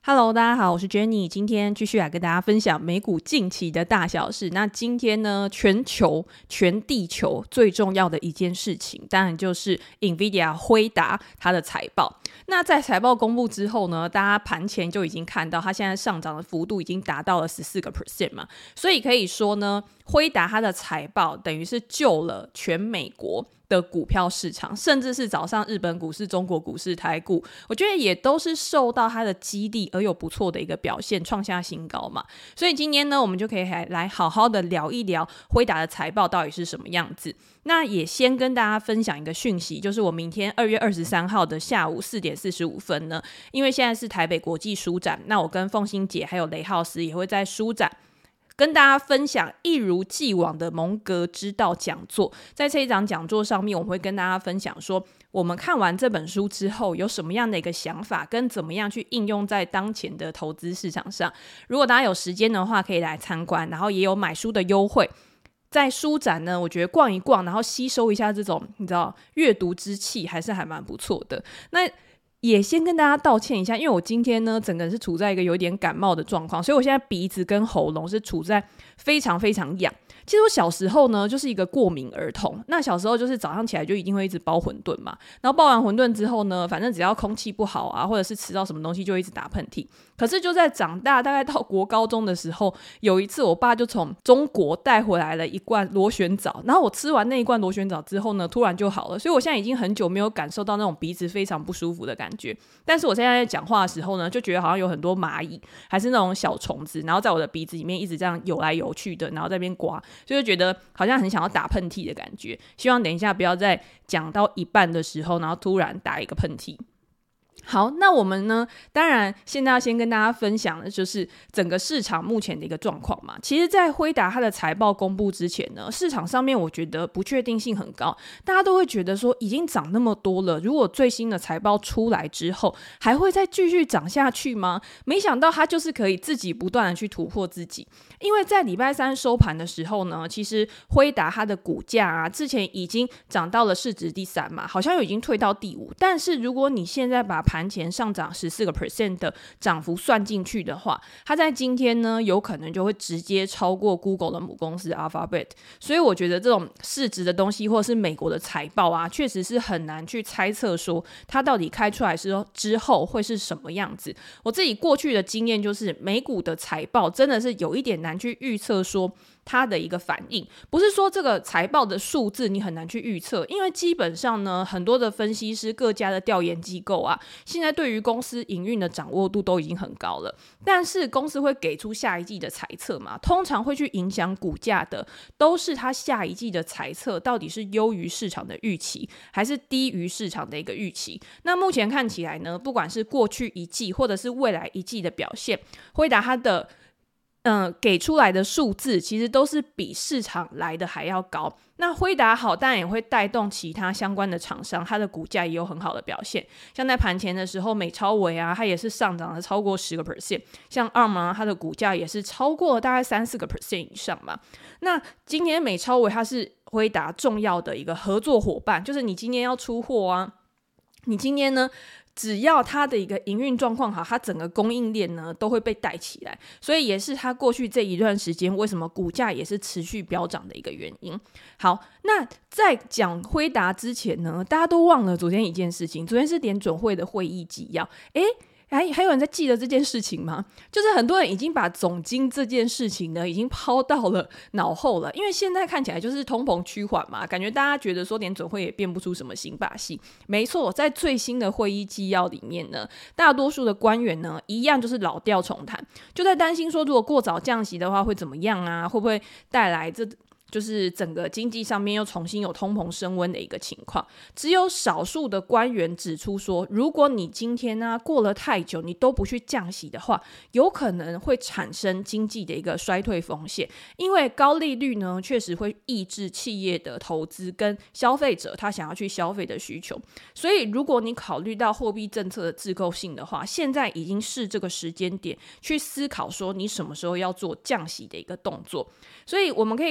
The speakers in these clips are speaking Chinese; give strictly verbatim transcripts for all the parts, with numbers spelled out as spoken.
Hello， 大家好，我是 Jenny， 今天继续来跟大家分享美股近期的大小事。那今天呢，全球全地球最重要的一件事情，当然就是 NVIDIA 辉达它的财报。那在财报公布之后呢，大家盘前就已经看到它现在上涨的幅度已经达到了 百分之十四 嘛，所以可以说呢，辉达它的财报等于是救了全美国的股票市场，甚至是早上日本股市、中国股市、台股，我觉得也都是受到它的激励而有不错的一个表现，创下新高嘛。所以今天呢，我们就可以来好好的聊一聊辉达的财报到底是什么样子。那也先跟大家分享一个讯息，就是我明天二月二十三号的下午四点四十五分呢，因为现在是台北国际书展，那我跟凤馨姐还有雷浩斯也会在书展跟大家分享一如既往的蒙格之道讲座。在这一场讲座上面，我们会跟大家分享说，我们看完这本书之后有什么样的一个想法，跟怎么样去应用在当前的投资市场上。如果大家有时间的话，可以来参观，然后也有买书的优惠。在书展呢，我觉得逛一逛，然后吸收一下这种你知道阅读之气，还是还蛮不错的。那也先跟大家道歉一下，因为我今天呢整个人是处在一个有点感冒的状况，所以我现在鼻子跟喉咙是处在非常非常痒。其实我小时候呢就是一个过敏儿童，那小时候就是早上起来就一定会一直包馄饨嘛，然后包完馄饨之后呢，反正只要空气不好啊，或者是吃到什么东西就一直打喷嚏。可是就在长大大概到国高中的时候，有一次我爸就从中国带回来了一罐螺旋藻，然后我吃完那一罐螺旋藻之后呢，突然就好了。所以我现在已经很久没有感受到那种鼻子非常不舒服的感觉，但是我现在在讲话的时候呢，就觉得好像有很多蚂蚁还是那种小虫子，然后在我的鼻子里面一直这样游来游去的，然后在那边刮，所以就觉得好像很想要打喷嚏的感觉。希望等一下不要在讲到一半的时候，然后突然打一个喷嚏。好，那我们呢当然现在要先跟大家分享的就是整个市场目前的一个状况嘛。其实在辉达它的财报公布之前呢，市场上面我觉得不确定性很高，大家都会觉得说已经涨那么多了，如果最新的财报出来之后还会再继续涨下去吗？没想到它就是可以自己不断的去突破自己。因为在礼拜三收盘的时候呢，其实辉达它的股价啊之前已经涨到了市值第三嘛，好像又已经退到第五，但是如果你现在把盘前上涨 百分之十四 的涨幅算进去的话，它在今天呢有可能就会直接超过 Google 的母公司 Alphabet。 所以我觉得这种市值的东西或者是美国的财报啊，确实是很难去猜测说它到底开出来之后会是什么样子。我自己过去的经验就是美股的财报真的是有一点难去预测说它的一个反应，不是说这个财报的数字你很难去预测，因为基本上呢很多的分析师各家的调研机构啊，现在对于公司营运的掌握度都已经很高了，但是公司会给出下一季的财测嘛，通常会去影响股价的都是它下一季的财测到底是优于市场的预期还是低于市场的一个预期。那目前看起来呢，不管是过去一季或者是未来一季的表现，辉达它的嗯，给出来的数字其实都是比市场来的还要高。那辉达好当然也会带动其他相关的厂商，它的股价也有很好的表现。像在盘前的时候，美超微啊，它也是上涨了超过 百分之十， 像 A R M 啊，它的股价也是超过了大概 百分之三四 以上嘛。那今年美超微它是辉达重要的一个合作伙伴，就是你今年要出货啊，你今年呢只要它的一个营运状况好，它整个供应链呢都会被带起来，所以也是它过去这一段时间为什么股价也是持续飙涨的一个原因。好，那在讲辉达之前呢，大家都忘了昨天一件事情，昨天是联准会的会议纪要。诶还还有人在记得这件事情吗？就是很多人已经把总经这件事情呢已经抛到了脑后了，因为现在看起来就是通膨趋缓嘛，感觉大家觉得说联准会也变不出什么新把戏。没错，在最新的会议纪要里面呢，大多数的官员呢一样就是老调重弹，就在担心说如果过早降息的话会怎么样啊，会不会带来这就是整个经济上面又重新有通膨升温的一个情况。只有少数的官员指出说，如果你今天啊过了太久你都不去降息的话，有可能会产生经济的一个衰退风险，因为高利率呢确实会抑制企业的投资跟消费者他想要去消费的需求。所以如果你考虑到货币政策的滞购性的话，现在已经是这个时间点去思考说你什么时候要做降息的一个动作。所以我们可以看到就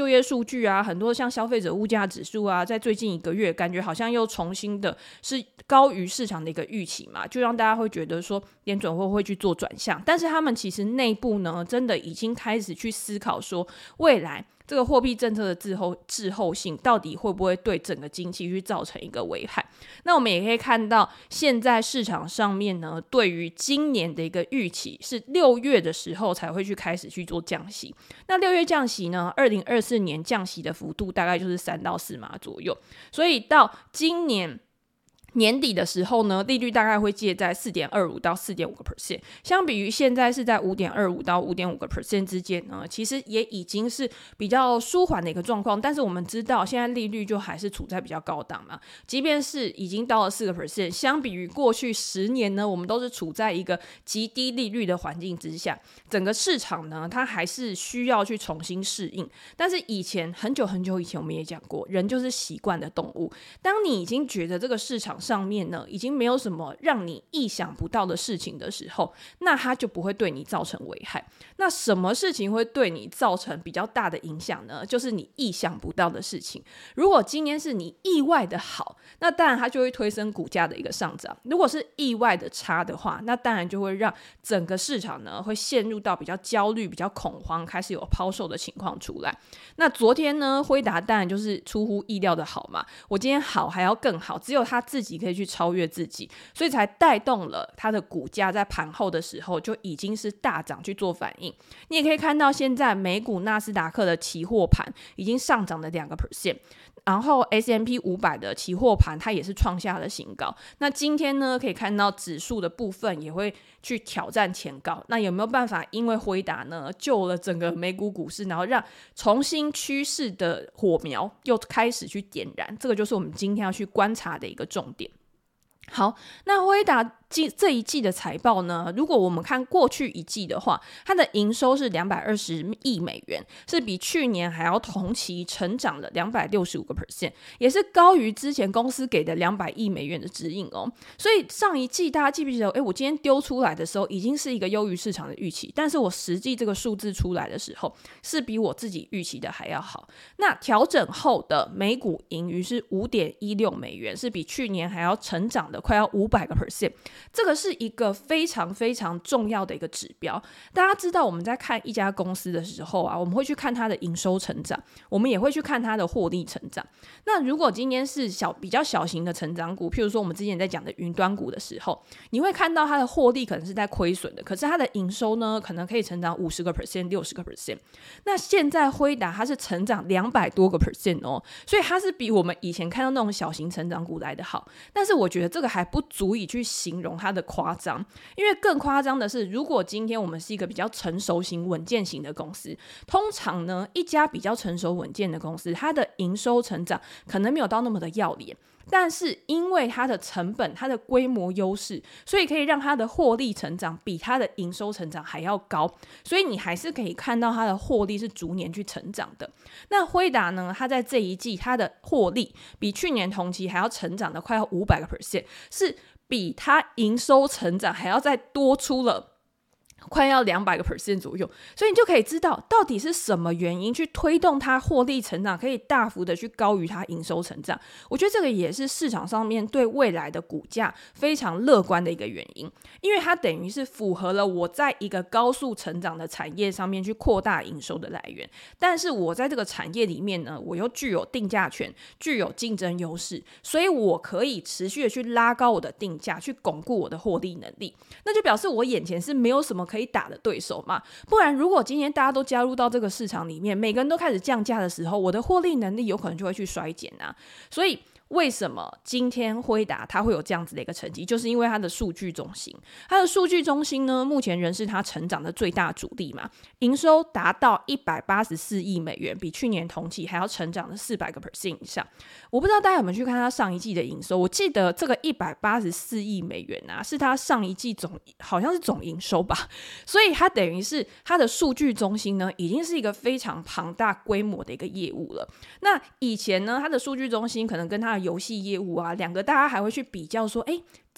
业数据啊，很多像消费者物价指数啊，在最近一个月感觉好像又重新的是高于市场的一个预期嘛，就让大家会觉得说联准会会去做转向，但是他们其实内部呢真的已经开始去思考说未来这个货币政策的滞后滞后性到底会不会对整个经济去造成一个危害。那我们也可以看到现在市场上面呢对于今年的一个预期是六月的时候才会去开始去做降息，那六月降息呢二零二四年降息的幅度大概就是三到四码左右，所以到今年年底的时候呢，利率大概会介在 四点二五 到 四点五 个 percent， 相比于现在是在 五点二五 到 五点五 个 percent 之间呢，其实也已经是比较舒缓的一个状况，但是我们知道现在利率就还是处在比较高档嘛，即便是已经到了 四个 percent， 相比于过去十年呢，我们都是处在一个极低利率的环境之下，整个市场呢它还是需要去重新适应，但是以前很久很久以前我们也讲过，人就是习惯的动物，当你已经觉得这个市场上面呢已经没有什么让你意想不到的事情的时候，那它就不会对你造成危害。那什么事情会对你造成比较大的影响呢？就是你意想不到的事情。如果今天是你意外的好，那当然它就会推升股价的一个上涨，如果是意外的差的话，那当然就会让整个市场呢会陷入到比较焦虑比较恐慌，开始有抛售的情况出来。那昨天呢辉达当然就是出乎意料的好嘛，我今天好还要更好，只有他自己可以去超越自己，所以才带动了它的股价在盘后的时候就已经是大涨去做反应。你也可以看到现在美股纳斯达克的期货盘已经上涨了 百分之二， 然后 S and P 五百 的期货盘它也是创下了新高。那今天呢可以看到指数的部分也会去挑战前高，那有没有办法因为辉达呢救了整个美股股市，然后让重新趋势的火苗又开始去点燃，这个就是我们今天要去观察的一个重点。好，那辉达这一季的财报呢，如果我们看过去一季的话，它的营收是两百二十亿美元，是比去年还要同期成长了 百分之两百六十五， 也是高于之前公司给的两百亿美元的指引哦。所以上一季大家记不记得，诶，我今天丢出来的时候已经是一个优于市场的预期，但是我实际这个数字出来的时候是比我自己预期的还要好。那调整后的每股盈余是 五点一六美元，是比去年还要成长的快要 百分之五百，这个是一个非常非常重要的一个指标。大家知道我们在看一家公司的时候啊，我们会去看它的营收成长，我们也会去看它的获利成长。那如果今天是小比较小型的成长股，譬如说我们之前在讲的云端股的时候，你会看到它的获利可能是在亏损的，可是它的营收呢可能可以成长 百分之五十 百分之六十。 那现在辉达它是成长两百多个 percent 哦，所以它是比我们以前看到那种小型成长股来的好。但是我觉得这个还不足以去形容它的夸张，因为更夸张的是，如果今天我们是一个比较成熟型稳健型的公司，通常呢一家比较成熟稳健的公司，它的营收成长可能没有到那么的耀眼，但是因为它的成本它的规模优势，所以可以让它的获利成长比它的营收成长还要高，所以你还是可以看到它的获利是逐年去成长的。那辉达呢，它在这一季它的获利比去年同期还要成长的快要 百分之五百， 是比它营收成长还要再多出了快要 百分之两百 左右，所以你就可以知道到底是什么原因去推动它获利成长可以大幅的去高于它营收成长。我觉得这个也是市场上面对未来的股价非常乐观的一个原因，因为它等于是符合了我在一个高速成长的产业上面去扩大营收的来源，但是我在这个产业里面呢，我又具有定价权，具有竞争优势，所以我可以持续的去拉高我的定价，去巩固我的获利能力。那就表示我眼前是没有什么可以打的对手嘛，不然如果今天大家都加入到这个市场里面，每个人都开始降价的时候，我的获利能力有可能就会去衰减啊。所以为什么今天辉达它会有这样子的一个成绩，就是因为它的数据中心，它的数据中心呢目前仍是它成长的最大主力嘛，营收达到一百八十四亿美元，比去年同期还要成长了 百分之四百 以上。我不知道大家有没有去看它上一季的营收，我记得这个一百八十四亿美元啊是它上一季总好像是总营收吧，所以它等于是它的数据中心呢已经是一个非常庞大规模的一个业务了。那以前呢它的数据中心可能跟它的游戏业务啊，两个大家还会去比较说，哎，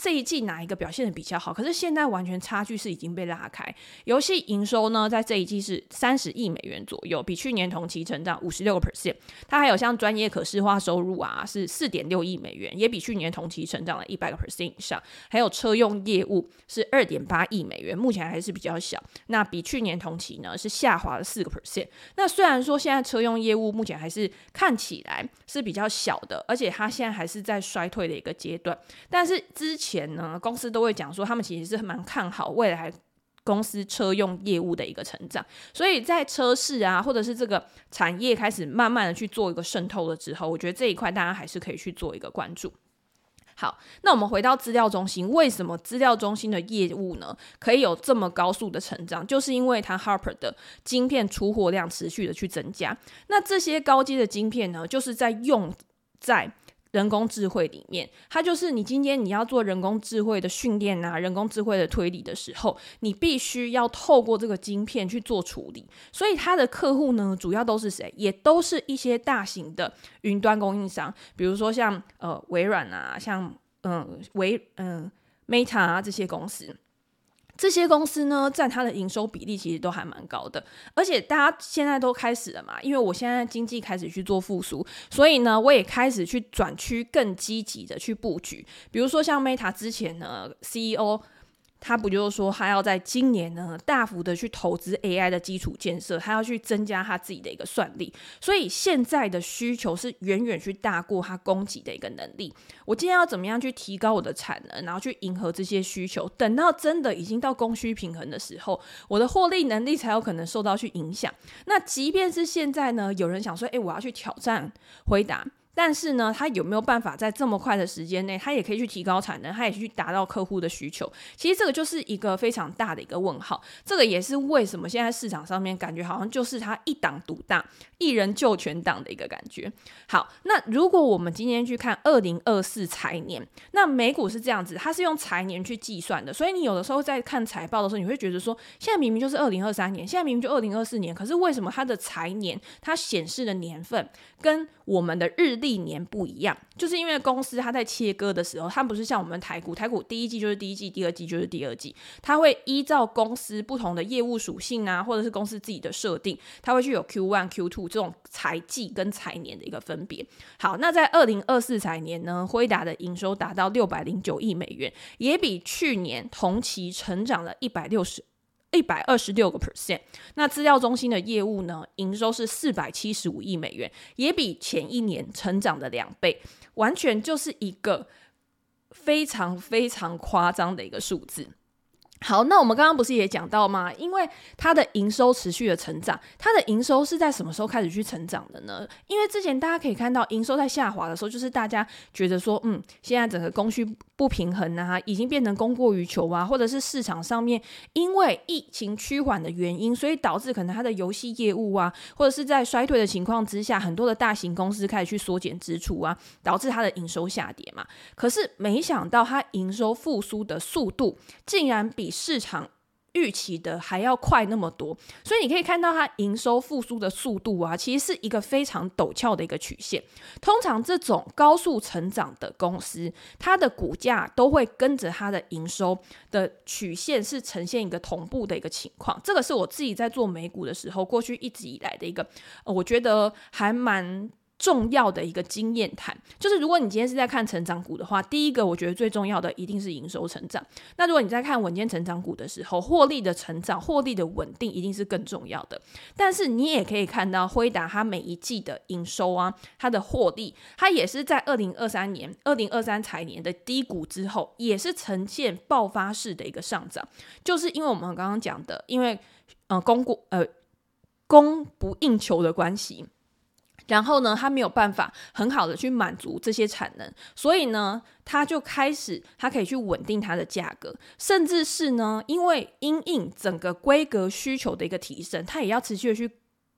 这一季哪一个表现的比较好，可是现在完全差距是已经被拉开。游戏营收呢，在这一季是三十亿美元左右，比去年同期成长 百分之五十六。它还有像专业可视化收入啊，是 四点六亿美元，也比去年同期成长了 百分之一百 以上。还有车用业务是 二点八亿美元，目前还是比较小，那比去年同期呢是下滑了 百分之四。那虽然说现在车用业务目前还是看起来是比较小的，而且它现在还是在衰退的一个阶段，但是之前呢公司都会讲说他们其实是蛮看好未来公司车用业务的一个成长，所以在车市啊或者是这个产业开始慢慢的去做一个渗透了之后，我觉得这一块大家还是可以去做一个关注。好，那我们回到资料中心，为什么资料中心的业务呢可以有这么高速的成长？就是因为它 Harper 的晶片出货量持续的去增加，那这些高阶的晶片呢，就是在用在人工智慧里面，它就是你今天你要做人工智慧的训练啊，人工智慧的推理的时候，你必须要透过这个晶片去做处理。所以它的客户呢，主要都是谁？也都是一些大型的云端供应商，比如说像呃微软啊，像嗯微嗯 Meta 啊这些公司。这些公司呢，占它的营收比例其实都还蛮高的，而且大家现在都开始了嘛，因为我现在经济开始去做复苏，所以呢，我也开始去转趋更积极的去布局。比如说像 Meta 之前呢 C E O他不就是说他要在今年呢大幅的去投资 A I 的基础建设，他要去增加他自己的一个算力，所以现在的需求是远远去大过他供给的一个能力。我今天要怎么样去提高我的产能，然后去迎合这些需求，等到真的已经到供需平衡的时候，我的获利能力才有可能受到去影响。那即便是现在呢，有人想说，哎，我要去挑战辉达，但是呢，他有没有办法在这么快的时间内，他也可以去提高产能，他也去达到客户的需求？其实这个就是一个非常大的一个问号。这个也是为什么现在市场上面感觉好像就是他一党独大，一人救全党的一个感觉。好，那如果我们今天去看二零二四财年，那美股是这样子，它是用财年去计算的，所以你有的时候在看财报的时候，你会觉得说，现在明明就是二零二三年，现在明明就二零二四年，可是为什么它的财年它显示的年份跟我们的日历年不一样？就是因为公司它在切割的时候，它不是像我们台股，台股第一季就是第一季，第二季就是第二季，它会依照公司不同的业务属性啊，或者是公司自己的设定，它会去有 Q 一 Q 二 这种财季跟财年的一个分别。好，那在二零二四财年呢，辉达的营收达到六百零九亿美元，也比去年同期成长了一百六十一百二十六个 percent。那资料中心的业务呢，营收是四百七十五亿美元，也比前一年成长的两倍，完全就是一个非常非常夸张的一个数字。好，那我们刚刚不是也讲到吗？因为它的营收持续的成长，它的营收是在什么时候开始去成长的呢？因为之前大家可以看到营收在下滑的时候，就是大家觉得说，嗯，现在整个供需不平衡啊，已经变成供过于求啊，或者是市场上面因为疫情趋缓的原因，所以导致可能它的游戏业务啊，或者是在衰退的情况之下，很多的大型公司开始去缩减支出啊，导致它的营收下跌嘛。可是没想到它营收复苏的速度竟然比市场预期的还要快那么多，所以你可以看到它营收复苏的速度啊，其实是一个非常陡峭的一个曲线。通常这种高速成长的公司，它的股价都会跟着它的营收的曲线是呈现一个同步的一个情况。这个是我自己在做美股的时候，过去一直以来的一个，呃、我觉得还蛮重要的一个经验谈。就是如果你今天是在看成长股的话，第一个我觉得最重要的一定是营收成长。那如果你在看稳健成长股的时候，获利的成长、获利的稳定一定是更重要的。但是你也可以看到辉达它每一季的营收啊，它的获利，它也是在二零二三年二零二三财年的低谷之后，也是呈现爆发式的一个上涨。就是因为我们刚刚讲的，因为呃供过呃供不应求的关系，然后呢，他没有办法很好的去满足这些产能，所以呢，他就开始他可以去稳定它的价格，甚至是呢，因为因应整个规格需求的一个提升，他也要持续的去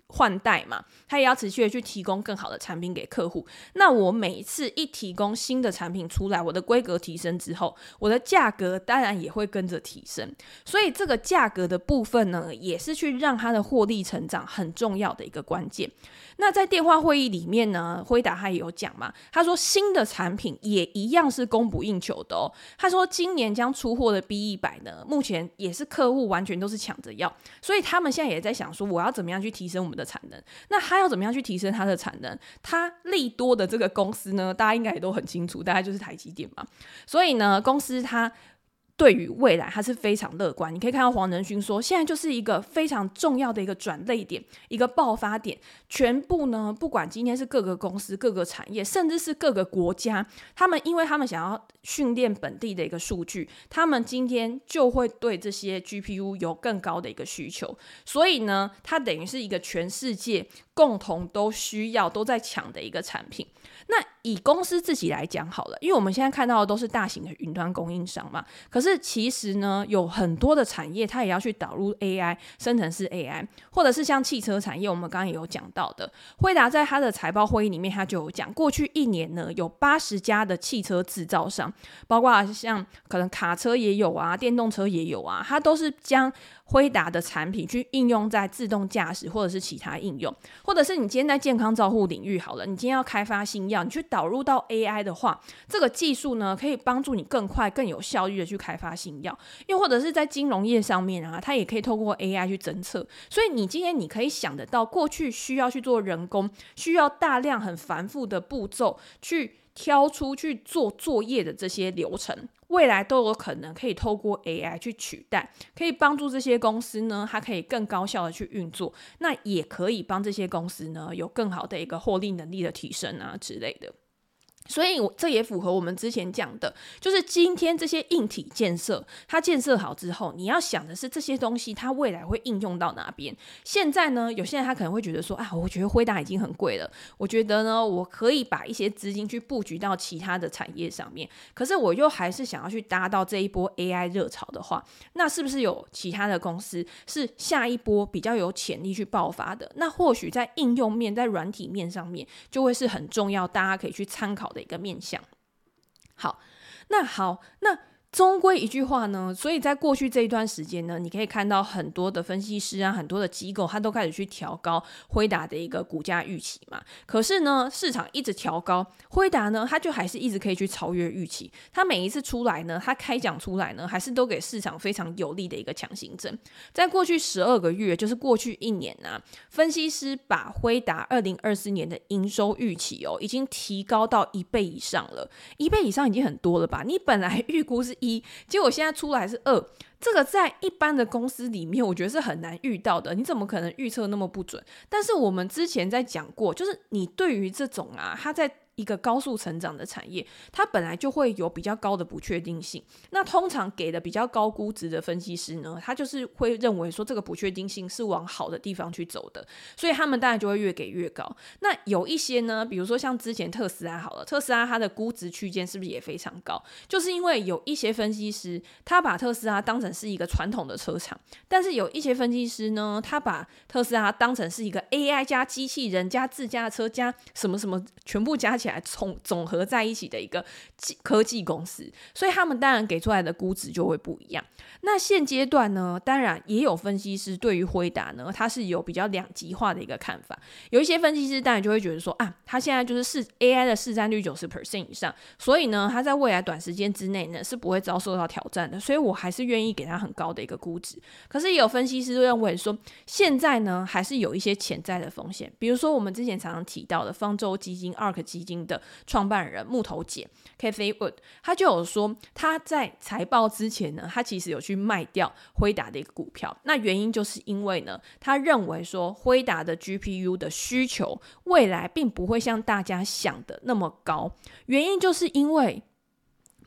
换代嘛，它也要持续的去提供更好的产品给客户。那我每一次一提供新的产品出来，我的规格提升之后，我的价格当然也会跟着提升。所以这个价格的部分呢，也是去让它的获利成长很重要的一个关键。那在电话会议里面呢，辉达他也有讲嘛，他说新的产品也一样是供不应求的哦。他说今年将出货的 B 一百 呢，目前也是客户完全都是抢着要，所以他们现在也在想说，我要怎么样去提升我们的产能？那他要怎么样去提升他的产能？他利多的这个公司呢，大家应该也都很清楚，大概就是台积电嘛。所以呢，公司它对于未来它是非常乐观。你可以看到黄仁勋说，现在就是一个非常重要的一个转捩点，一个爆发点。全部呢，不管今天是各个公司、各个产业，甚至是各个国家，他们因为他们想要训练本地的一个数据，他们今天就会对这些 G P U 有更高的一个需求。所以呢，它等于是一个全世界共同都需要、都在抢的一个产品。那以公司自己来讲好了，因为我们现在看到的都是大型的云端供应商嘛，可是其实呢，有很多的产业它也要去导入 A I 生成式 A I， 或者是像汽车产业，我们刚刚也有讲到的，辉达在他的财报会议里面他就有讲，过去一年呢有八十家的汽车制造商，包括像可能卡车也有啊，电动车也有啊，它都是将辉达的产品去应用在自动驾驶或者是其他应用，或者是你今天在健康照护领域好了，你今天要开发新药，你去导入到 A I 的话，这个技术呢可以帮助你更快更有效率的去开发新药，又或者是在金融业上面啊，它也可以透过 A I 去侦测。所以你今天你可以想得到，过去需要去做人工，需要大量很繁复的步骤去挑出去做作业的这些流程，未来都有可能可以透过 A I 去取代，可以帮助这些公司呢，它可以更高效的去运作，那也可以帮这些公司呢有更好的一个获利能力的提升啊之类的。所以这也符合我们之前讲的，就是今天这些硬体建设它建设好之后，你要想的是这些东西它未来会应用到哪边。现在呢，有些人他可能会觉得说啊，我觉得辉达已经很贵了，我觉得呢我可以把一些资金去布局到其他的产业上面，可是我又还是想要去搭到这一波 A I 热潮的话，那是不是有其他的公司是下一波比较有潜力去爆发的？那或许在应用面在软体面上面就会是很重要，大家可以去参考的一个面向。好，那好，那终归一句话呢，所以在过去这一段时间呢，你可以看到很多的分析师啊，很多的机构，他都开始去调高辉达的一个股价预期嘛。可是呢，市场一直调高，辉达呢，他就还是一直可以去超越预期。他每一次出来呢，他开奖出来呢，还是都给市场非常有利的一个强心针。在过去十二个月，就是过去一年啊，分析师把辉达二零二四年的营收预期哦，已经提高到一倍以上了。一倍以上已经很多了吧？你本来预估是一，结果现在出来是二，这个在一般的公司里面我觉得是很难遇到的，你怎么可能预测那么不准？但是我们之前在讲过，就是你对于这种啊，它在一个高速成长的产业，它本来就会有比较高的不确定性，那通常给的比较高估值的分析师呢，他就是会认为说这个不确定性是往好的地方去走的，所以他们当然就会越给越高。那有一些呢，比如说像之前特斯拉好了，特斯拉它的估值区间是不是也非常高？就是因为有一些分析师他把特斯拉当成是一个传统的车厂，但是有一些分析师呢，他把特斯拉当成是一个 A I 加机器人加自驾车加什么什么全部加起来总总合在一起的一个科技公司，所以他们当然给出来的估值就会不一样。那现阶段呢，当然也有分析师对于辉达呢，他是有比较两极化的一个看法。有一些分析师当然就会觉得说啊，他现在就是市 A I 的市占率 百分之九十 以上，所以呢，他在未来短时间之内呢是不会遭受到挑战的，所以我还是愿意给他很高的一个估值。可是也有分析师认为说，现在呢还是有一些潜在的风险，比如说我们之前常常提到的方舟基金 A R K 基金的创办人木头姐 Cathy Wood， 他就有说他在财报之前呢，他其实有去卖掉辉达的一个股票，那原因就是因为呢，他认为说辉达的 G P U 的需求未来并不会像大家想的那么高，原因就是因为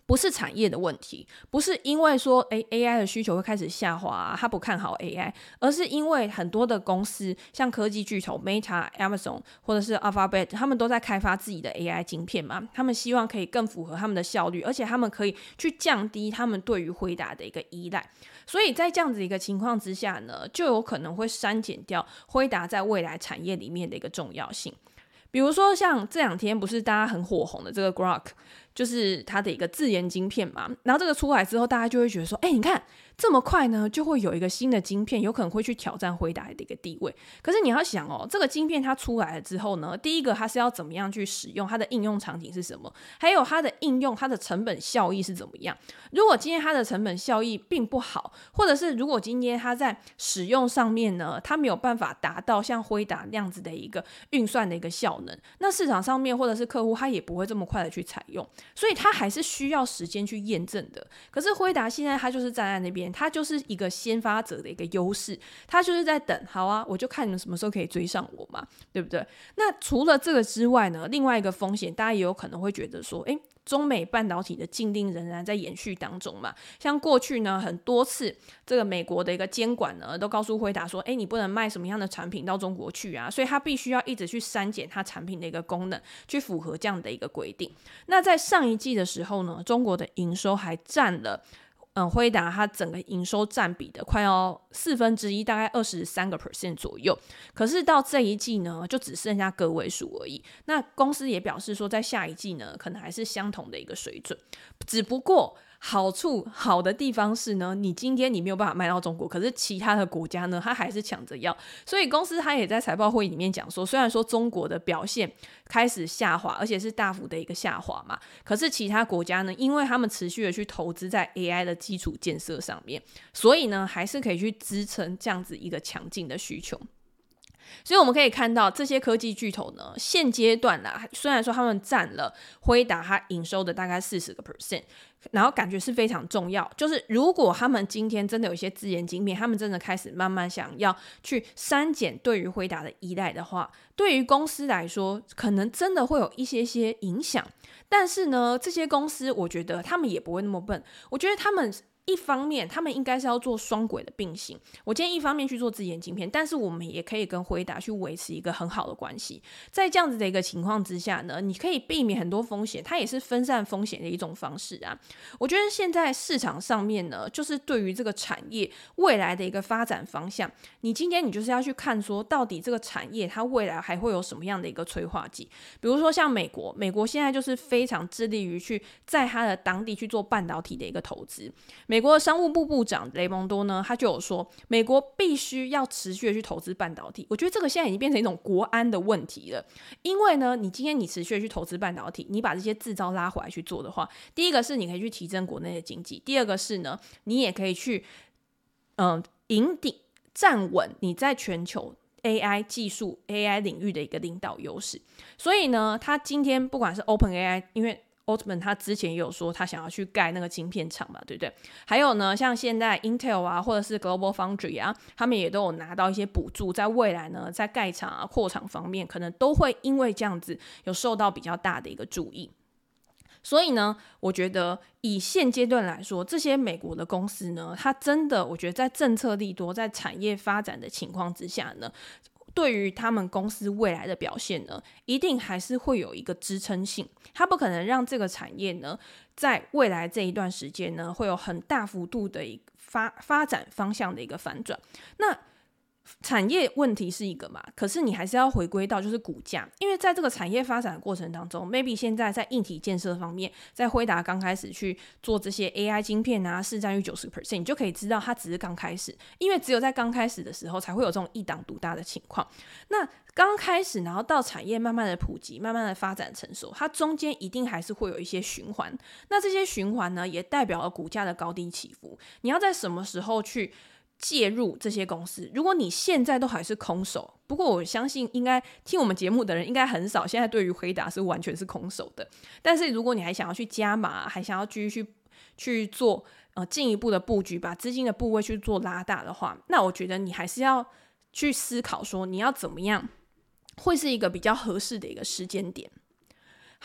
不是产业的问题，不是因为说诶 A I 的需求会开始下滑啊，他不看好 A I， 而是因为很多的公司像科技巨头 Meta、Amazon 或者是 Alphabet， 他们都在开发自己的 A I 晶片嘛，他们希望可以更符合他们的效率，而且他们可以去降低他们对于辉达的一个依赖，所以在这样子一个情况之下呢，就有可能会删减掉辉达在未来产业里面的一个重要性。比如说像这两天不是大家很火红的这个 Grok， 就是它的一个自研晶片嘛，然后这个出来之后，大家就会觉得说，哎、欸，你看这么快呢，就会有一个新的晶片，有可能会去挑战辉达的一个地位。可是你要想哦，这个晶片它出来了之后呢，第一个它是要怎么样去使用，它的应用场景是什么，还有它的应用它的成本效益是怎么样。如果今天它的成本效益并不好，或者是如果今天它在使用上面呢，它没有办法达到像辉达那样子的一个运算的一个效能，那市场上面或者是客户他也不会这么快的去采用，所以它还是需要时间去验证的。可是辉达现在它就是站在那边，它就是一个先发者的一个优势，它就是在等，好啊，我就看你们什么时候可以追上我嘛，对不对？那除了这个之外呢，另外一个风险大家也有可能会觉得说，诶，中美半导体的禁令仍然在延续当中嘛，像过去呢很多次这个美国的一个监管呢都告诉辉达说，诶，你不能卖什么样的产品到中国去啊，所以它必须要一直去删减它产品的一个功能，去符合这样的一个规定。那在上一季的时候呢，中国的营收还占了嗯，辉达它整个营收占比的快要四分之一，大概二十三个 percent 左右。可是到这一季呢，就只剩下个位数而已。那公司也表示说，在下一季呢，可能还是相同的一个水准，只不过好处好的地方是呢，你今天你没有办法卖到中国，可是其他的国家呢，它还是抢着要。所以公司它也在财报会议里面讲说，虽然说中国的表现开始下滑，而且是大幅的一个下滑嘛，可是其他国家呢，因为他们持续的去投资在 A I 的基础建设上面，所以呢，还是可以去支撑这样子一个强劲的需求。所以我们可以看到这些科技巨头呢，现阶段啦，虽然说他们占了辉达它营收的大概 百分之四十， 然后感觉是非常重要，就是如果他们今天真的有一些自研晶片，他们真的开始慢慢想要去删减对于辉达的依赖的话，对于公司来说可能真的会有一些些影响。但是呢，这些公司我觉得他们也不会那么笨，我觉得他们一方面他们应该是要做双轨的并行，我今天一方面去做自研晶片，但是我们也可以跟辉达去维持一个很好的关系。在这样子的一个情况之下呢，你可以避免很多风险，它也是分散风险的一种方式啊。我觉得现在市场上面呢，就是对于这个产业未来的一个发展方向，你今天你就是要去看说，到底这个产业它未来还会有什么样的一个催化剂。比如说像美国，美国现在就是非常致力于去在它的当地去做半导体的一个投资。美国的商务部部长雷蒙多呢，他就有说，美国必须要持续的去投资半导体。我觉得这个现在已经变成一种国安的问题了，因为呢，你今天你持续的去投资半导体，你把这些制造拉回来去做的话，第一个是你可以去提升国内的经济，第二个是呢，你也可以去嗯赢顶站稳你在全球A I 技术 A I 领域的一个领导优势。所以呢，他今天不管是 OpenAI， 因为Altman 他之前也有说他想要去盖那个晶片厂嘛，对不对？还有呢，像现在 Intel 啊，或者是 Global Foundry 啊，他们也都有拿到一些补助，在未来呢，在盖厂啊、扩厂方面，可能都会因为这样子有受到比较大的一个注意。所以呢，我觉得以现阶段来说，这些美国的公司呢，它真的，我觉得在政策利多、在产业发展的情况之下呢，对于他们公司未来的表现呢，一定还是会有一个支撑性。它不可能让这个产业呢，在未来这一段时间呢，会有很大幅度的一个发发展方向的一个反转。那产业问题是一个嘛，可是你还是要回归到就是股价，因为在这个产业发展的过程当中 maybe 现在在硬体建设方面，在辉达刚开始去做这些 A I 晶片啊，市占率 百分之九十， 你就可以知道它只是刚开始，因为只有在刚开始的时候才会有这种一党独大的情况。那刚开始然后到产业慢慢的普及，慢慢的发展成熟，它中间一定还是会有一些循环，那这些循环呢，也代表了股价的高低起伏，你要在什么时候去介入这些公司。如果你现在都还是空手，不过我相信应该听我们节目的人应该很少现在对于辉达是完全是空手的，但是如果你还想要去加码，还想要继续去去做呃进一步的布局，把资金的部位去做拉大的话，那我觉得你还是要去思考说你要怎么样会是一个比较合适的一个时间点。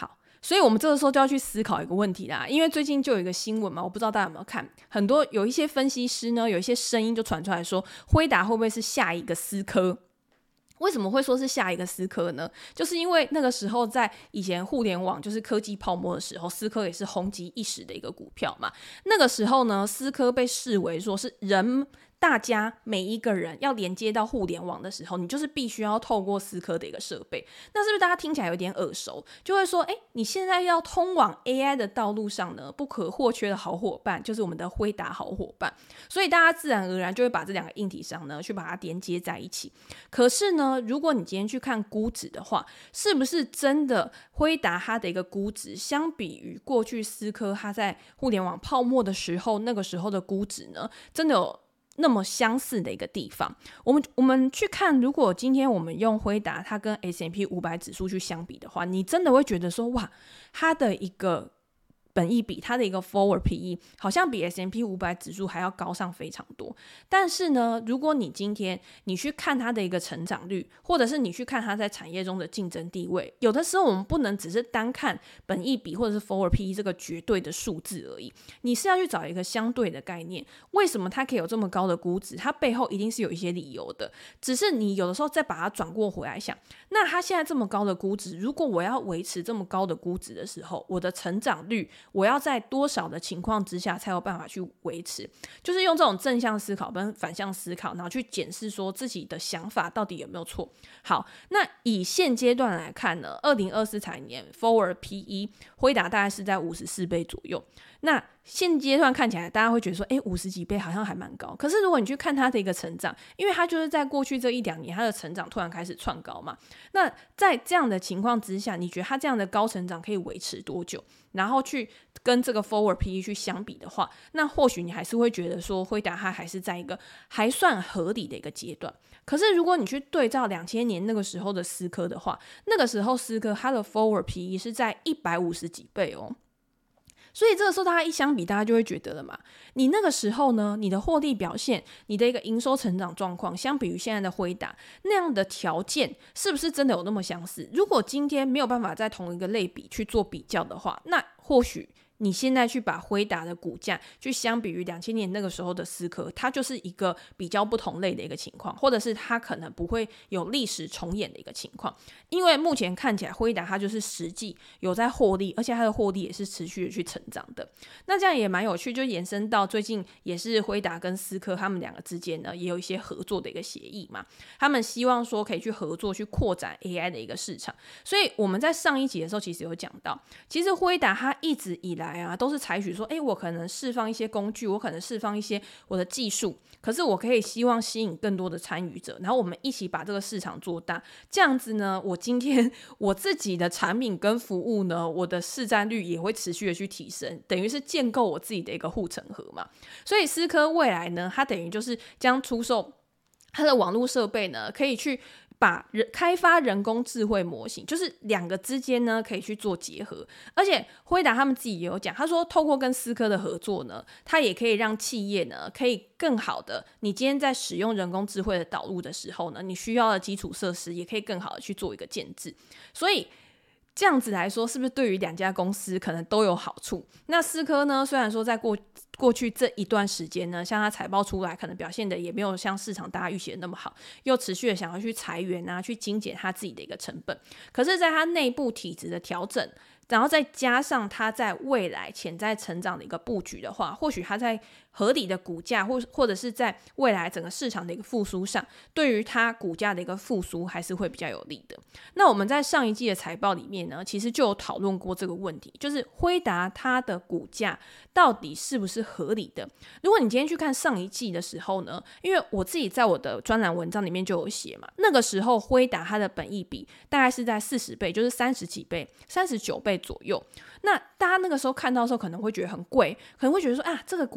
所以我们这个时候就要去思考一个问题啦，因为最近就有一个新闻嘛，我不知道大家有没有看，很多有一些分析师呢，有一些声音就传出来说，辉达会不会是下一个思科？为什么会说是下一个思科呢？就是因为那个时候在以前互联网就是科技泡沫的时候，思科也是红极一时的一个股票嘛。那个时候呢，思科被视为说是人大家每一个人要连接到互联网的时候，你就是必须要透过思科的一个设备。那是不是大家听起来有点耳熟？就会说，哎，你现在要通往 A I 的道路上呢，不可或缺的好伙伴就是我们的辉达好伙伴。所以大家自然而然就会把这两个硬体商呢，去把它连接在一起。可是呢，如果你今天去看估值的话，是不是真的辉达它的一个估值，相比于过去思科它在互联网泡沫的时候，那个时候的估值呢，真的有那么相似的一个地方？我们我们去看，如果今天我们用辉达它跟 S and P 五百 指数去相比的话，你真的会觉得说，哇，它的一个本益比，它的一个 forward P E 好像比 S and P 五百 指数还要高上非常多。但是呢，如果你今天你去看它的一个成长率，或者是你去看它在产业中的竞争地位，有的时候我们不能只是单看本益比或者是 forward P E 这个绝对的数字而已，你是要去找一个相对的概念。为什么它可以有这么高的估值？它背后一定是有一些理由的，只是你有的时候再把它转过回来想，那它现在这么高的估值，如果我要维持这么高的估值的时候，我的成长率我要在多少的情况之下才有办法去维持？就是用这种正向思考跟反向思考，然后去检视说自己的想法到底有没有错。好，那以现阶段来看呢，二零二四财年 forward P E 辉达大概是在五十四倍左右。那现阶段看起来大家会觉得说，诶，五十几倍好像还蛮高。可是如果你去看它的一个成长，因为它就是在过去这一两年它的成长突然开始窜高嘛，那在这样的情况之下，你觉得它这样的高成长可以维持多久？然后去跟这个 forward P E 去相比的话，那或许你还是会觉得说辉达它还是在一个还算合理的一个阶段。可是如果你去对照两千年那个时候的思科的话，那个时候思科它的 forward P E 是在一百五十几倍哦。所以这个时候大家一相比，大家就会觉得了嘛，你那个时候呢，你的获利表现，你的一个营收成长状况，相比于现在的辉达那样的条件，是不是真的有那么相似？如果今天没有办法在同一个类比去做比较的话，那或许你现在去把辉达的股价去相比于两千年那个时候的思科，它就是一个比较不同类的一个情况，或者是它可能不会有历史重演的一个情况。因为目前看起来辉达它就是实际有在获利，而且它的获利也是持续的去成长的。那这样也蛮有趣，就延伸到最近也是辉达跟思科他们两个之间呢也有一些合作的一个协议嘛，他们希望说可以去合作去扩展 A I 的一个市场。所以我们在上一集的时候其实有讲到，其实辉达它一直以来啊，都是采取说，哎，我可能释放一些工具，我可能释放一些我的技术，可是我可以希望吸引更多的参与者，然后我们一起把这个市场做大。这样子呢，我今天我自己的产品跟服务呢，我的市占率也会持续的去提升，等于是建构我自己的一个护城河嘛。所以思科未来呢，它等于就是将出售它的网络设备呢，可以去把人开发人工智慧模型，就是两个之间呢可以去做结合。而且辉达他们自己也有讲，他说透过跟思科的合作呢，它也可以让企业呢可以更好的，你今天在使用人工智慧的导入的时候呢，你需要的基础设施也可以更好的去做一个建制。所以这样子来说，是不是对于两家公司可能都有好处？那思科呢，虽然说在过过去这一段时间呢，像它财报出来可能表现的也没有像市场大家预期的那么好，又持续的想要去裁员啊，去精简它自己的一个成本。可是在它内部体质的调整，然后再加上它在未来潜在成长的一个布局的话，或许它在合理的股价或或者是在未来整个市场的一个复苏上，对于它股价的一个复苏还是会比较有利的。那我们在上一季的财报里面呢，其实就有讨论过这个问题，就是辉达它的股价到底是不是合理的。如果你今天去看上一季的时候呢，因为我自己在我的专栏文章里面就有写嘛，那个时候辉达它的本益比大概是在四十倍，就是三十几倍三十九倍左右。那大家那个时候看到的时候可能会觉得很贵，可能会觉得说啊，这个股价我都已经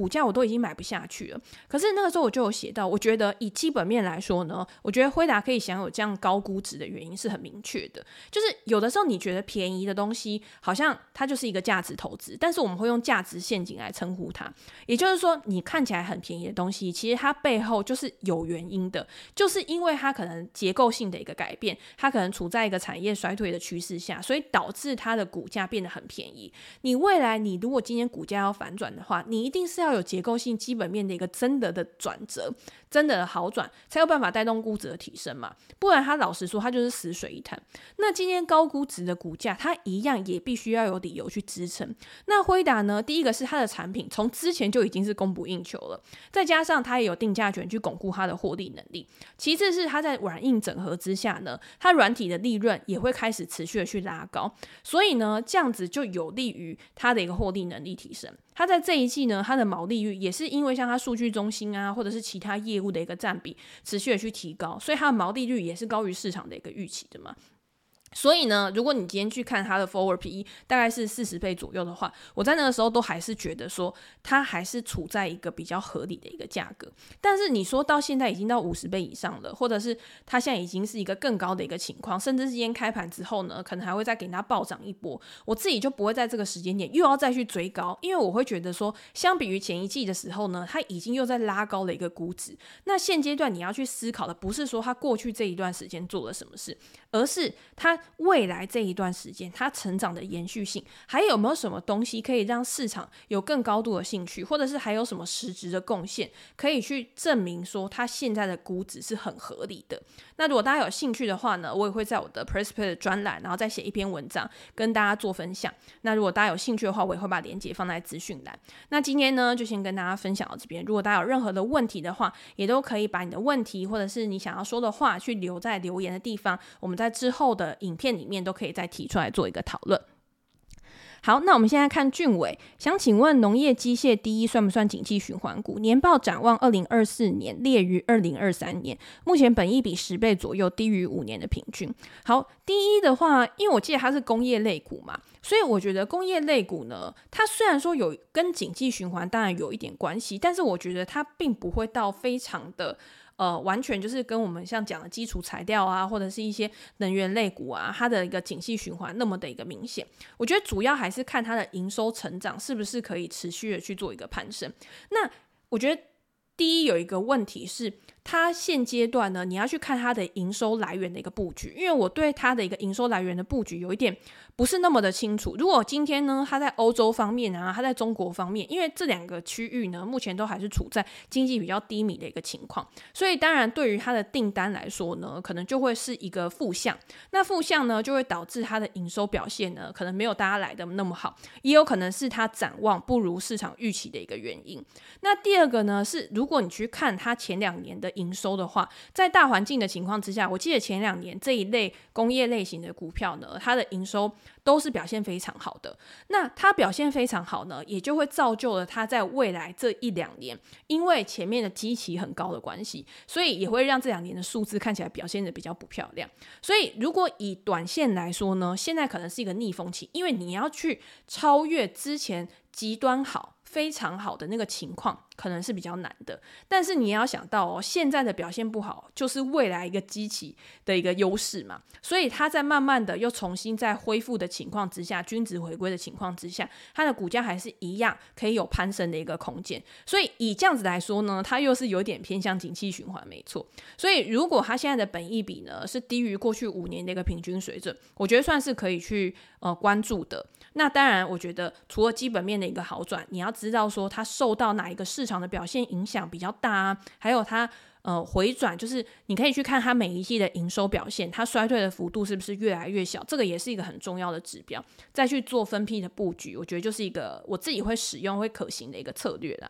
经买不下去了。可是那个时候我就有写到，我觉得以基本面来说呢，我觉得辉达可以享有这样高估值的原因是很明确的，就是有的时候你觉得便宜的东西好像它就是一个价值投资，但是我们会用价值陷阱来称呼它，也就是说你看起来很便宜的东西，其实它背后就是有原因的，就是因为它可能结构性的一个改变，它可能处在一个产业衰退的趋势下，所以导致它的股价变得很便宜。你未来你如果今天股价要反转的话，你一定是要有结构性基本面的一个真的的转折，真的的好转，才有办法带动估值的提升嘛，不然它老实说它就是死水一潭。那今天高估值的股价它一样也必须要有理由去支撑。那辉达呢，第一个是它的产品从之前就已经是供不应求了，再加上它也有定价权去巩固它的获利能力，其次是它在软硬整合之下呢，它软体的利润也会开始持续的去拉高，所以呢这样子就有利于它的一个获利能力提升。它在这一季呢，它的毛利率也是因为像它数据中心啊，或者是其他业务的一个占比持续的去提高，所以它的毛利率也是高于市场的一个预期的嘛。所以呢，如果你今天去看它的 forward P E 大概是四十倍左右的话，我在那个时候都还是觉得说它还是处在一个比较合理的一个价格。但是你说到现在已经到五十倍以上了，或者是它现在已经是一个更高的一个情况，甚至是今天开盘之后呢，可能还会再给它暴涨一波，我自己就不会在这个时间点又要再去追高，因为我会觉得说相比于前一季的时候呢，它已经又在拉高了一个估值。那现阶段你要去思考的不是说它过去这一段时间做了什么事，而是它未来这一段时间它成长的延续性，还有没有什么东西可以让市场有更高度的兴趣，或者是还有什么实质的贡献可以去证明说它现在的估值是很合理的。那如果大家有兴趣的话呢，我也会在我的 Pressplay 的专栏然后再写一篇文章跟大家做分享。那如果大家有兴趣的话，我也会把连结放在资讯栏。那今天呢就先跟大家分享到这边，如果大家有任何的问题的话，也都可以把你的问题或者是你想要说的话去留在留言的地方，我们在之后的影片里面都可以再提出来做一个讨论。好，那我们现在看俊伟，想请问农业机械第一算不算景气循环股？年报展望二零二四年劣于二零二三年，目前本益比十倍左右，低于五年的平均。好，第一的话，因为我记得它是工业类股嘛，所以我觉得工业类股呢，它虽然说有跟景气循环当然有一点关系，但是我觉得它并不会到非常的呃，完全就是跟我们像讲的基础材料啊，或者是一些能源类股啊，它的一个景气循环那么的一个明显。我觉得主要还是看它的营收成长是不是可以持续的去做一个攀升。那我觉得第一有一个问题是，它现阶段呢，你要去看它的营收来源的一个布局，因为我对它的一个营收来源的布局有一点不是那么的清楚。如果今天呢，它在欧洲方面啊，它在中国方面，因为这两个区域呢，目前都还是处在经济比较低迷的一个情况，所以当然对于它的订单来说呢，可能就会是一个负向。那负向呢，就会导致它的营收表现呢，可能没有大家来的那么好，也有可能是它展望不如市场预期的一个原因。那第二个呢，是如果你去看它前两年的营收的话，在大环境的情况之下，我记得前两年这一类工业类型的股票呢，它的营收都是表现非常好的。那它表现非常好呢，也就会造就了它在未来这一两年，因为前面的基期很高的关系，所以也会让这两年的数字看起来表现得比较不漂亮。所以如果以短线来说呢，现在可能是一个逆风期，因为你要去超越之前极端好非常好的那个情况可能是比较难的，但是你也要想到哦，现在的表现不好就是未来一个基期的一个优势嘛，所以它在慢慢的又重新在恢复的情况之下，均值回归的情况之下，它的股价还是一样可以有攀升的一个空间。所以以这样子来说呢，它又是有点偏向景气循环没错。所以如果它现在的本益比呢是低于过去五年的一个平均水准，我觉得算是可以去呃关注的。那当然我觉得除了基本面的一个好转，你要知道说它受到哪一个市场的表现影响比较大啊，还有它呃回转，就是你可以去看它每一季的营收表现，它衰退的幅度是不是越来越小，这个也是一个很重要的指标，再去做分批的布局，我觉得就是一个我自己会使用会可行的一个策略啦。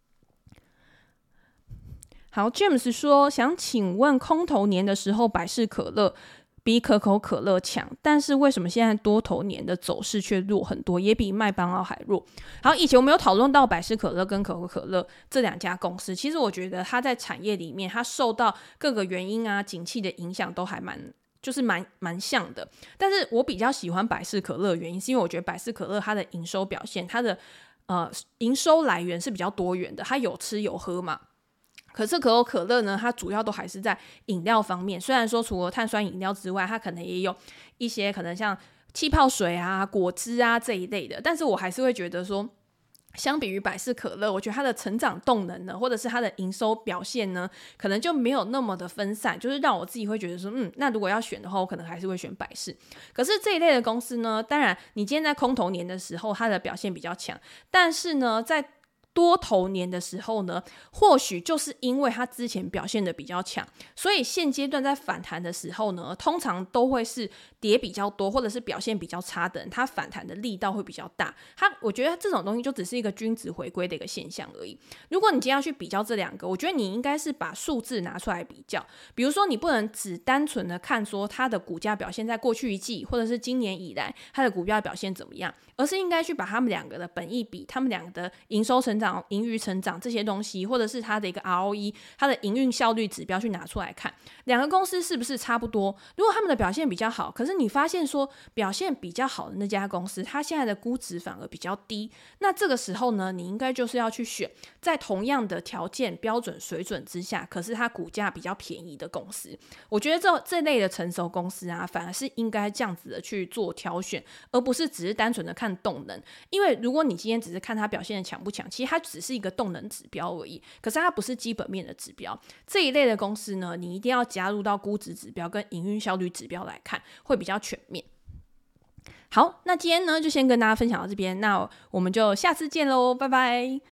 好 James 说，想请问空头年的时候百事可乐比可口可乐强，但是为什么现在多头年的走势却弱很多，也比麦当劳还弱？好，以前我们有讨论到百事可乐跟可口可乐这两家公司，其实我觉得它在产业里面它受到各个原因啊景气的影响都还蛮就是蛮蛮像的，但是我比较喜欢百事可乐的原因是因为我觉得百事可乐它的营收表现，它的呃营收来源是比较多元的，它有吃有喝嘛。可是可口可乐呢，它主要都还是在饮料方面，虽然说除了碳酸饮料之外，它可能也有一些可能像气泡水啊、果汁啊这一类的，但是我还是会觉得说，相比于百事可乐，我觉得它的成长动能呢，或者是它的营收表现呢，可能就没有那么的分散，就是让我自己会觉得说，嗯，那如果要选的话，我可能还是会选百事。可是这一类的公司呢，当然你今天在空头年的时候，它的表现比较强，但是呢，在多头年的时候呢，或许就是因为它之前表现的比较强，所以现阶段在反弹的时候呢，通常都会是跌比较多或者是表现比较差的人，它反弹的力道会比较大。它我觉得这种东西就只是一个均值回归的一个现象而已。如果你今天要去比较这两个，我觉得你应该是把数字拿出来比较，比如说你不能只单纯的看说它的股价表现在过去一季或者是今年以来它的股价表现怎么样，而是应该去把他们两个的本益比、他们两个的营收成长、盈余成长这些东西，或者是它的一个 R O E、它的营运效率指标去拿出来看，两个公司是不是差不多？如果他们的表现比较好，可是你发现说表现比较好的那家公司，它现在的估值反而比较低，那这个时候呢，你应该就是要去选在同样的条件标准水准之下，可是它股价比较便宜的公司。我觉得这这类的成熟公司啊，反而是应该这样子的去做挑选，而不是只是单纯的看动能。因为如果你今天只是看它表现的强不强，其实它只是一个动能指标而已，可是它不是基本面的指标。这一类的公司呢，你一定要加入到估值指标跟营运效率指标来看，会比较全面。好，那今天呢就先跟大家分享到这边，那我们就下次见喽，拜拜。